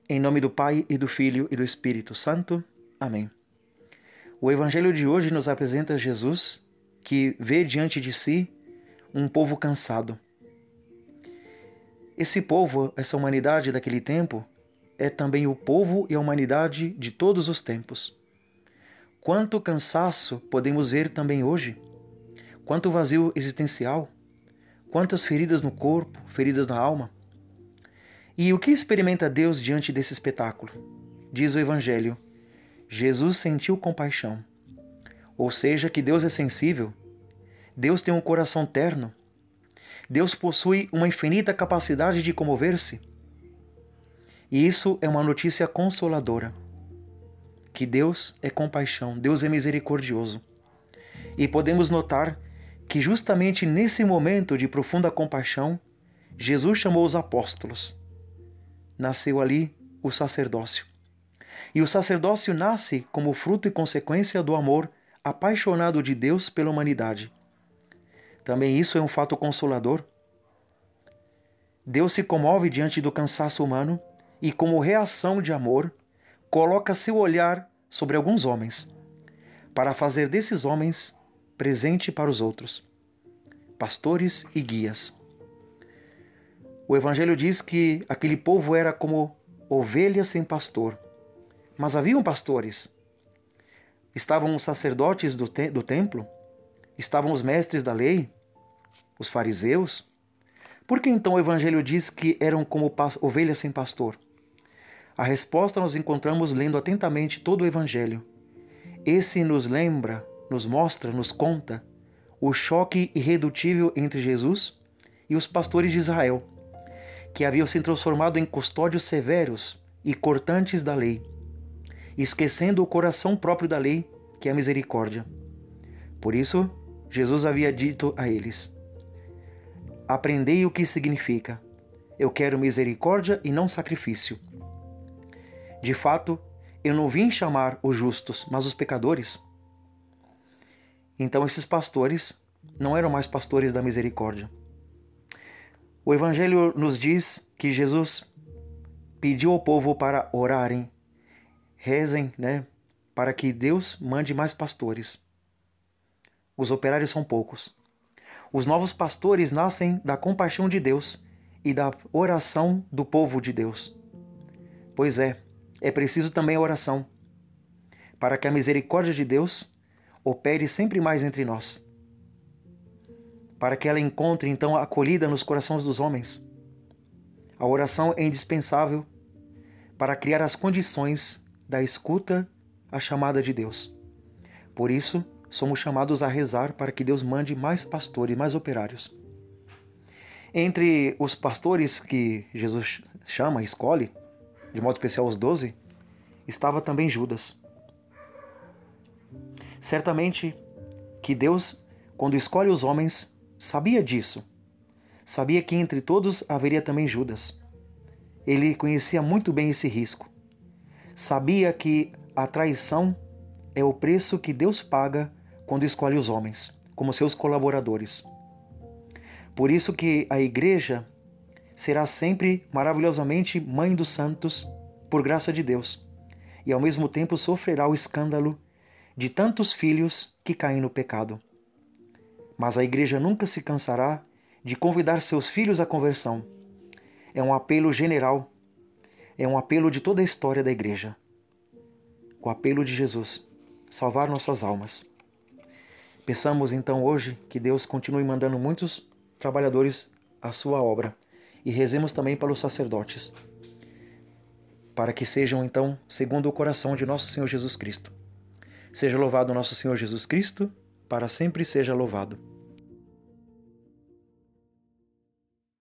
Em nome do Pai, e do Filho, e do Espírito Santo. Amém. O Evangelho de hoje nos apresenta Jesus, que vê diante de si um povo cansado. Esse povo, essa humanidade daquele tempo, é também o povo e a humanidade de todos os tempos. Quanto cansaço podemos ver também hoje? Quanto vazio existencial? Quantas feridas no corpo, feridas na alma? E o que experimenta Deus diante desse espetáculo? Diz o Evangelho: Jesus sentiu compaixão. Ou seja, que Deus é sensível, Deus tem um coração terno, Deus possui uma infinita capacidade de comover-se. E isso é uma notícia consoladora, que Deus é compaixão, Deus é misericordioso. E podemos notar que justamente nesse momento de profunda compaixão, Jesus chamou os apóstolos. Nasceu ali o sacerdócio. E o sacerdócio nasce como fruto e consequência do amor apaixonado de Deus pela humanidade. Também isso é um fato consolador. Deus se comove diante do cansaço humano e, como reação de amor, coloca seu olhar sobre alguns homens, para fazer desses homens presente para os outros, pastores e guias. O Evangelho diz que aquele povo era como ovelhas sem pastor, mas haviam pastores. Estavam os sacerdotes do templo, estavam os mestres da lei, os fariseus. Por que então o Evangelho diz que eram como ovelhas sem pastor? A resposta nós encontramos lendo atentamente todo o Evangelho. Esse nos lembra, nos mostra, nos conta o choque irredutível entre Jesus e os pastores de Israel, que haviam se transformado em custódios severos e cortantes da lei, esquecendo o coração próprio da lei, que é a misericórdia. Por isso, Jesus havia dito a eles: aprendei o que significa: eu quero misericórdia e não sacrifício. De fato, eu não vim chamar os justos, mas os pecadores. Então esses pastores não eram mais pastores da misericórdia. O Evangelho nos diz que Jesus pediu ao povo para orarem, rezem, para que Deus mande mais pastores. Os operários são poucos. Os novos pastores nascem da compaixão de Deus e da oração do povo de Deus. Pois é preciso também a oração, para que a misericórdia de Deus opere sempre mais entre nós, para que ela encontre então a acolhida nos corações dos homens. A oração é indispensável para criar as condições da escuta à chamada de Deus. Por isso, somos chamados a rezar para que Deus mande mais pastores, mais operários. Entre os pastores que Jesus chama, escolhe, de modo especial os 12, estava também Judas. Certamente que Deus, quando escolhe os homens, sabia disso. Sabia que entre todos haveria também Judas. Ele conhecia muito bem esse risco. Sabia que a traição é o preço que Deus paga quando escolhe os homens, como seus colaboradores. Por isso que a Igreja será sempre maravilhosamente mãe dos santos, por graça de Deus, e ao mesmo tempo sofrerá o escândalo de tantos filhos que caem no pecado. Mas a Igreja nunca se cansará de convidar seus filhos à conversão. É um apelo general, é um apelo de toda a história da Igreja. O apelo de Jesus, salvar nossas almas. Peçamos então hoje que Deus continue mandando muitos trabalhadores à sua obra, e rezemos também para os sacerdotes, para que sejam então segundo o coração de nosso Senhor Jesus Cristo. Seja louvado nosso Senhor Jesus Cristo, para sempre seja louvado.